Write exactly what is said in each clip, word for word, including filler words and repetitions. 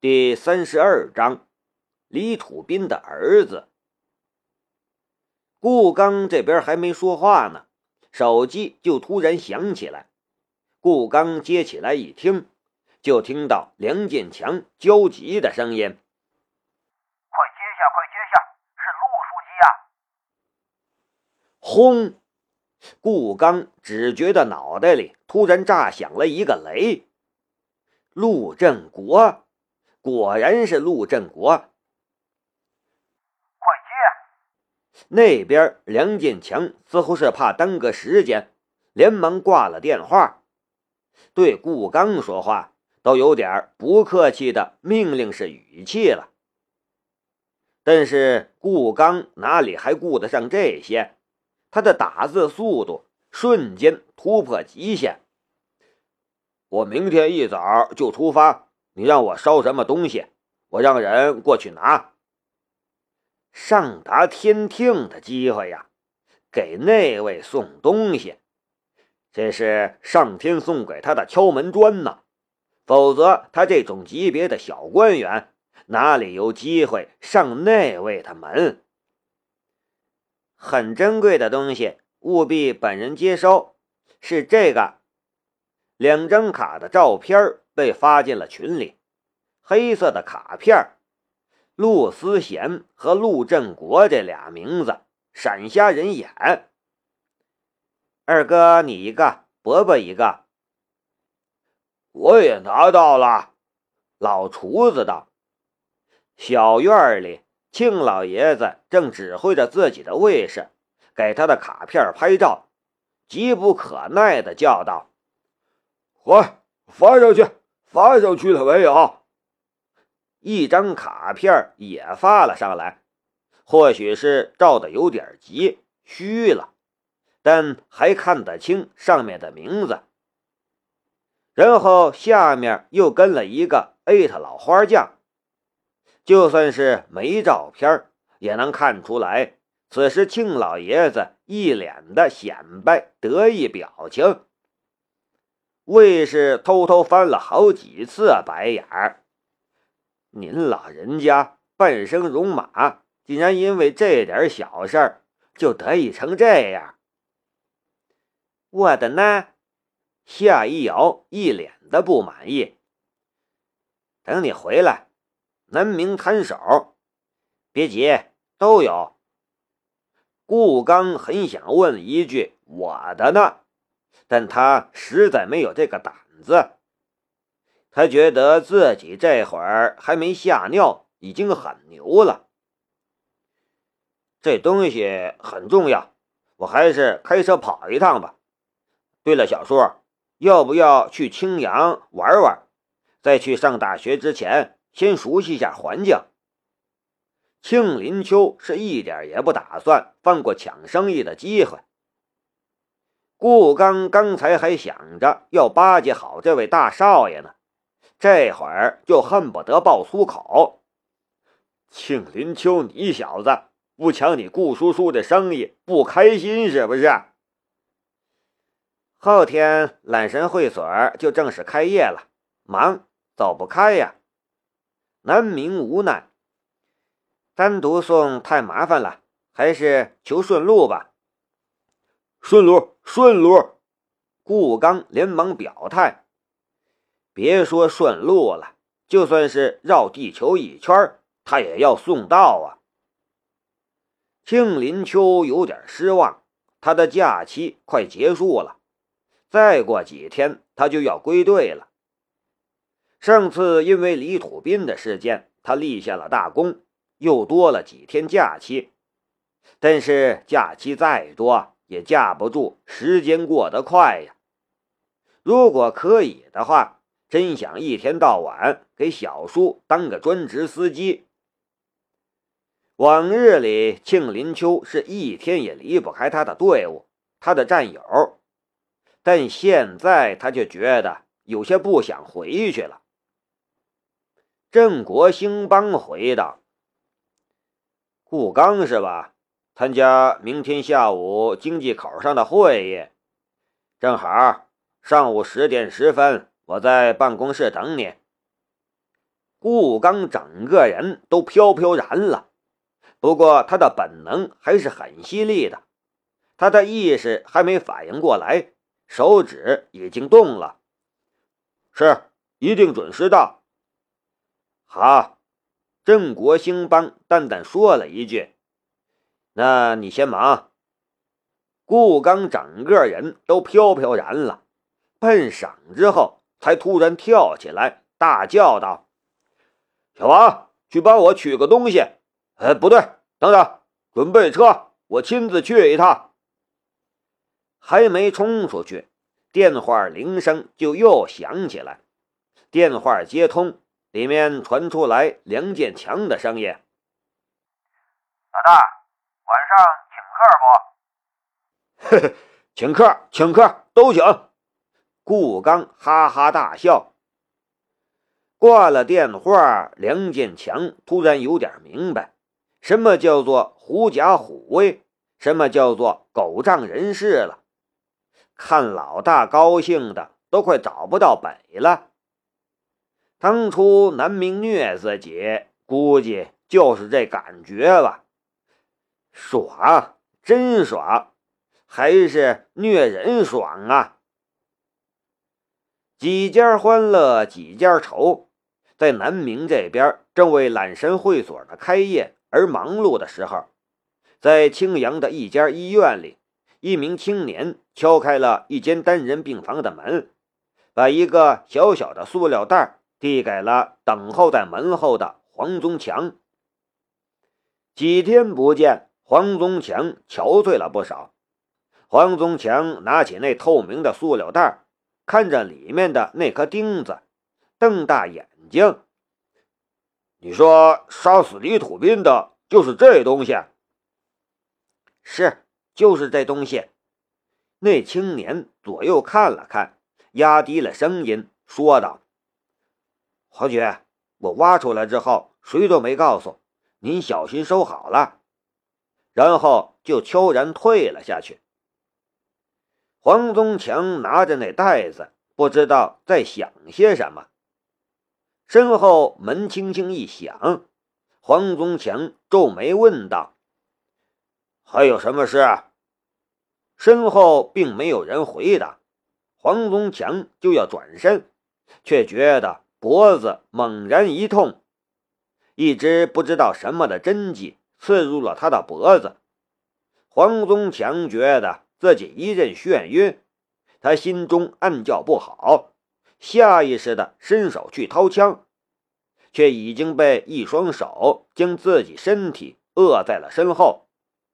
第三十二章，李土斌的儿子。顾刚这边还没说话呢，手机就突然响起来。顾刚接起来一听，就听到梁建强焦急的声音：“ 快接下，快接下，是陆书记呀！” 轰！顾刚只觉得脑袋里突然炸响了一个雷。陆振国，果然是陆振国。 快接！ 那边梁建强似乎是怕耽搁时间，连忙挂了电话，对顾刚说话都有点不客气的命令式语气了。但是顾刚哪里还顾得上这些，他的打字速度瞬间突破极限。我明天一早就出发，你让我捎什么东西，我让人过去拿。上达天听的机会呀，给那位送东西，这是上天送给他的敲门砖呐，否则他这种级别的小官员哪里有机会上那位的门？很珍贵的东西，务必本人接收。是这个。两张卡的照片被发进了群里，黑色的卡片，陆思贤和陆振国这俩名字闪瞎人眼。二哥你一个，伯伯一个。 我也拿到了， 老厨子道。小院里，庆老爷子正指挥着自己的卫士给他的卡片拍照，急不可耐地叫道：“ 快发上去，发上去了没有？” 一张卡片也发了上来，或许是照得有点急，虚了，但还看得清上面的名字。然后下面又跟了一个艾特老花匠，就算是没照片，也能看出来，此时庆老爷子一脸的显摆得意表情。卫士偷偷翻了好几次白眼儿，您老人家半生戎马，竟然因为这点小事儿就得意成这样。我的呢？夏一瑶一脸的不满意。等你回来，南明摊手，别急，都有。顾刚很想问一句我的呢，但他实在没有这个胆子。他觉得自己这会儿还没吓尿，已经很牛了。这东西很重要，我还是开车跑一趟吧。对了，小叔，要不要去青阳玩玩？在去上大学之前，先熟悉一下环境。庆林秋是一点也不打算放过抢生意的机会。顾刚刚才还想着要巴结好这位大少爷呢，这会儿就恨不得爆粗口。庆林秋，你小子不抢你顾叔叔的生意不开心是不是？后天揽神会所就正式开业了，忙走不开呀。南明无奈，单独送太麻烦了，还是求顺路吧。 顺路，顺路！ 顾刚连忙表态。别说顺路了，就算是绕地球一圈，他也要送到啊。庆林秋有点失望，他的假期快结束了，再过几天他就要归队了。上次因为李土斌的事件，他立下了大功，又多了几天假期。但是假期再多，也架不住时间过得快呀。如果可以的话，真想一天到晚给小叔当个专职司机。往日里，庆林秋是一天也离不开他的队伍，他的战友。但现在他却觉得有些不想回去了。郑国兴邦回道：“顾刚是吧？参加明天下午经济口上的会议，正好上午十点十分，我在办公室等你。” 顾刚整个人都飘飘然了，不过他的本能还是很犀利的，他的意识还没反应过来，手指已经动了。 是，一定准时到。 好，郑国兴邦淡淡说了一句：“那你先忙。”顾刚整个人都飘飘然了，半晌之后才突然跳起来，大叫道：“ 小王，去帮我取个东西。呃，不对，等等，准备车，我亲自去一趟。” 还没冲出去，电话铃声就又响起来。电话接通，里面传出来梁建强的声音：“ 老大，晚上请客不？”“ 呵呵，请客，请客，都请。” 顾刚哈哈大笑。挂了电话，梁建强突然有点明白，什么叫做狐假虎威，什么叫做狗仗人势了。看老大高兴的都快找不到北了。当初南明虐自己，估计就是这感觉吧。爽，真爽，还是虐人爽啊！几家欢乐几家愁，在南明这边正为揽神会所的开业而忙碌的时候，在青阳的一家医院里，一名青年敲开了一间单人病房的门，把一个小小的塑料袋递给了等候在门后的黄宗强。几天不见，黄宗强憔悴了不少。黄宗强拿起那透明的塑料袋，看着里面的那颗钉子，瞪大眼睛：“ 你说杀死李土斌的就是这东西？”“ 是，就是这东西。”那青年左右看了看，压低了声音说道：“侯局，我挖出来之后谁都没告诉，您小心收好了。”然后就悄然退了下去。黄宗强拿着那袋子，不知道在想些什么。身后门轻轻一响，黄宗强皱眉问道：“ 还有什么事？” 身后并没有人回答，黄宗强就要转身，却觉得脖子猛然一痛，一只不知道什么的针剂刺入了他的脖子。黄宗强觉得自己一阵眩晕，他心中暗叫不好，下意识地伸手去掏枪，却已经被一双手将自己身体扼在了身后。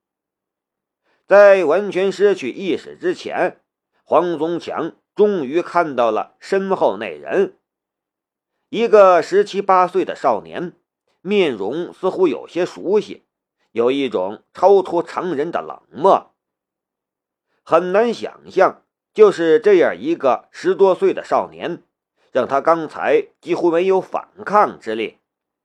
在完全失去意识之前，黄宗强终于看到了身后那人，一个十七八岁的少年，面容似乎有些熟悉，有一种超脱常人的冷漠。很难想象，就是这样一个十多岁的少年，让他刚才几乎没有反抗之力。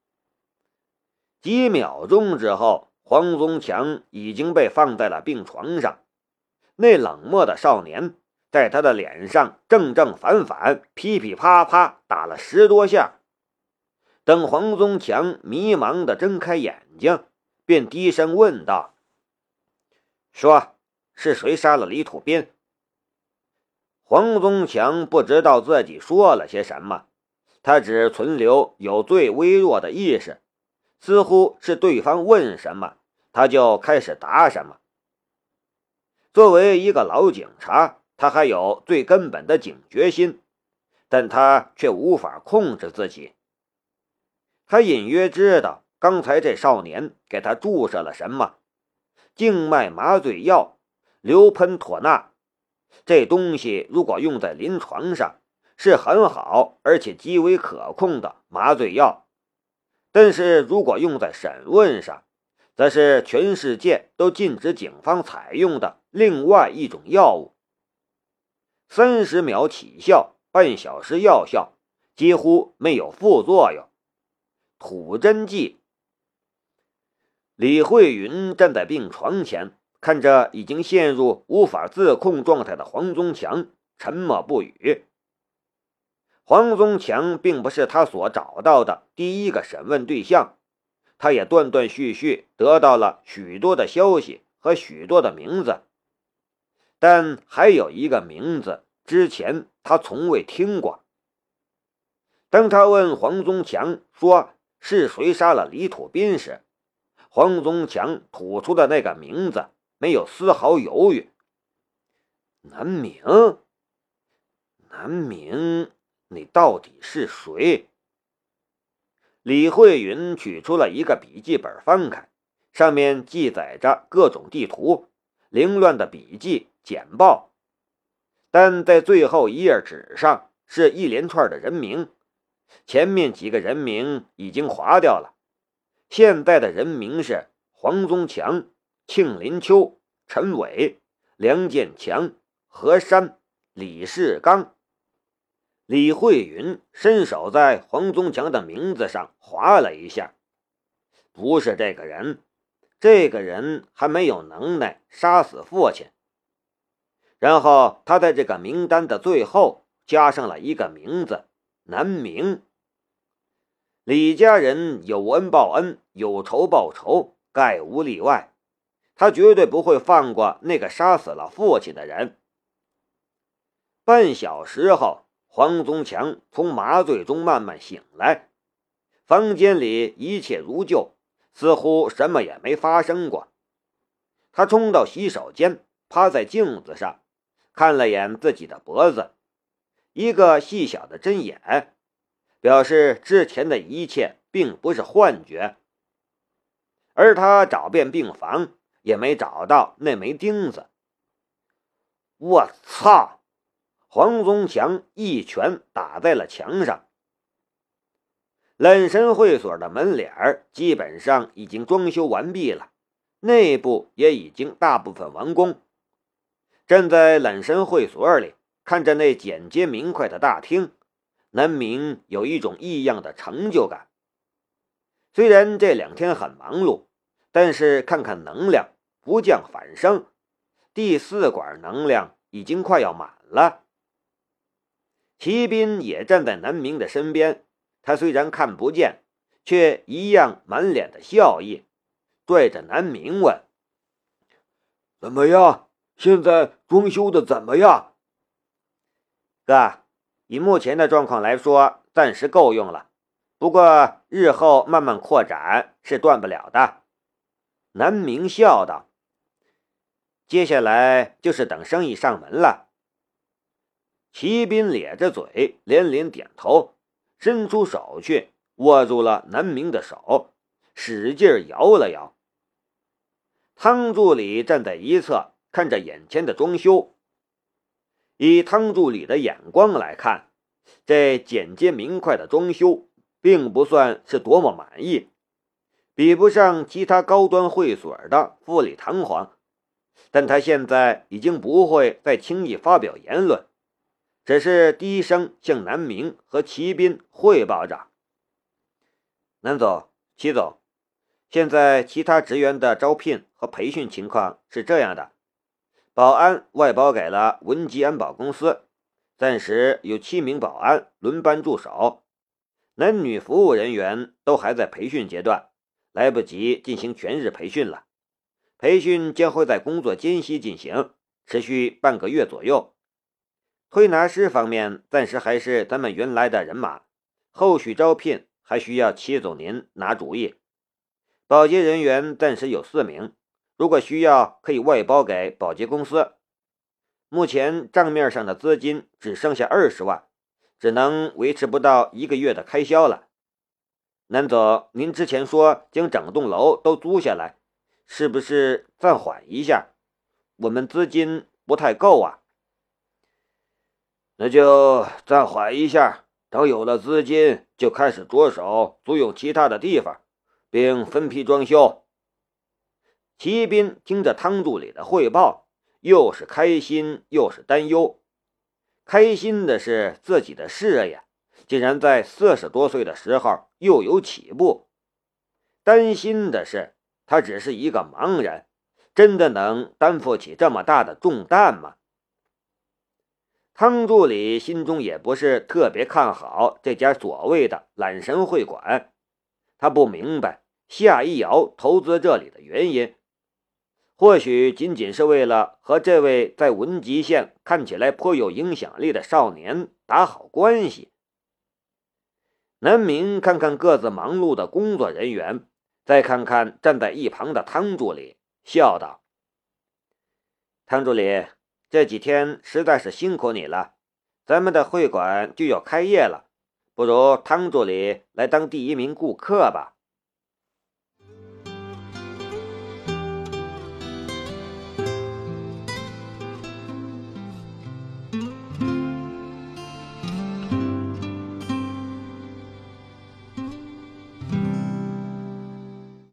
几秒钟之后，黄宗强已经被放在了病床上，那冷漠的少年在他的脸上正正反反、噼噼啪啪打了十多下。等黄宗强迷茫地睁开眼睛，便低声问道：“说，是谁杀了李土斌？”黄宗强不知道自己说了些什么，他只存留有最微弱的意识，似乎是对方问什么，他就开始答什么。作为一个老警察，他还有最根本的警觉心，但他却无法控制自己。他隐约知道刚才这少年给他注射了什么，静脉麻醉药硫喷妥钠，这东西如果用在临床上是很好而且极为可控的麻醉药，但是如果用在审问上，则是全世界都禁止警方采用的另外一种药物。三十秒起效，半小时药效，几乎没有副作用。土针剂。李慧云站在病床前，看着已经陷入无法自控状态的黄宗强，沉默不语。 黄宗强并不是他所找到的第一个审问对象，他也断断续续得到了许多的消息和许多的名字，但还有一个名字之前他从未听过。当他问黄宗强说是谁杀了李土斌时，黄宗强吐出的那个名字没有丝毫犹豫。南明，南明，你到底是谁？李慧云取出了一个笔记本翻开，上面记载着各种地图、凌乱的笔记、简报，但在最后一页纸上是一连串的人名，前面几个人名已经划掉了，现在的人名是黄宗强、庆林秋、陈伟、梁建强、何山、李世刚。李慧云伸手在黄宗强的名字上划了一下，不是这个人，这个人还没有能耐杀死父亲。然后他在这个名单的最后加上了一个名字，南明。李家人有恩报恩，有仇报仇，概无例外，他绝对不会放过那个杀死了父亲的人。半小时后，黄宗强从麻醉中慢慢醒来，房间里一切如旧，似乎什么也没发生过。他冲到洗手间，趴在镜子上看了眼自己的脖子，一个细小的针眼，表示之前的一切并不是幻觉。而他找遍病房也没找到那枚钉子。我操！黄宗强一拳打在了墙上。揽神会所的门脸基本上已经装修完毕了，内部也已经大部分完工。站在揽神会所里，看着那简洁明快的大厅，南明有一种异样的成就感。虽然这两天很忙碌，但是看看能量不降反升，第四管能量已经快要满了。齐斌也站在南明的身边，他虽然看不见，却一样满脸的笑意，对着南明问： 怎么样？现在装修的怎么样？ 哥，以目前的状况来说，暂时够用了，不过日后慢慢扩展是断不了的。南明笑道：接下来就是等生意上门了。齐斌咧着嘴连连点头，伸出手去握住了南明的手，使劲摇了摇。汤助理站在一侧看着眼前的装修，以汤助理的眼光来看，这简洁明快的装修并不算是多么满意，比不上其他高端会所的富丽堂皇，但他现在已经不会再轻易发表言论，只是低声向南明和齐斌汇报着：南总、齐总，现在其他职员的招聘和培训情况是这样的，保安外包给了文吉安保公司，暂时有七名保安轮班驻守，男女服务人员都还在培训阶段，来不及进行全日培训了。培训将会在工作间隙进行，持续半个月左右。推拿师方面暂时还是咱们原来的人马，后续招聘还需要齐总您拿主意。保洁人员暂时有四名，如果需要可以外包给保洁公司。目前账面上的资金只剩下二十万，只能维持不到一个月的开销了。南总，您之前说将整栋楼都租下来，是不是暂缓一下？我们资金不太够啊。 那就暂缓一下，等有了资金就开始着手租用其他的地方，并分批装修。 齐斌听着汤助理的汇报，又是开心又是担忧。开心的是自己的事业竟然在四十多岁的时候又有起步，担心的是他只是一个盲人，真的能担负起这么大的重担吗？ 汤助理心中也不是特别看好这家所谓的揽神会馆，他不明白夏一瑶投资这里的原因，或许仅仅是为了和这位在文集县看起来颇有影响力的少年打好关系。南明看看各自忙碌的工作人员，再看看站在一旁的汤助理，笑道：“汤助理，这几天实在是辛苦你了，咱们的会馆就要开业了，不如汤助理来当第一名顾客吧。”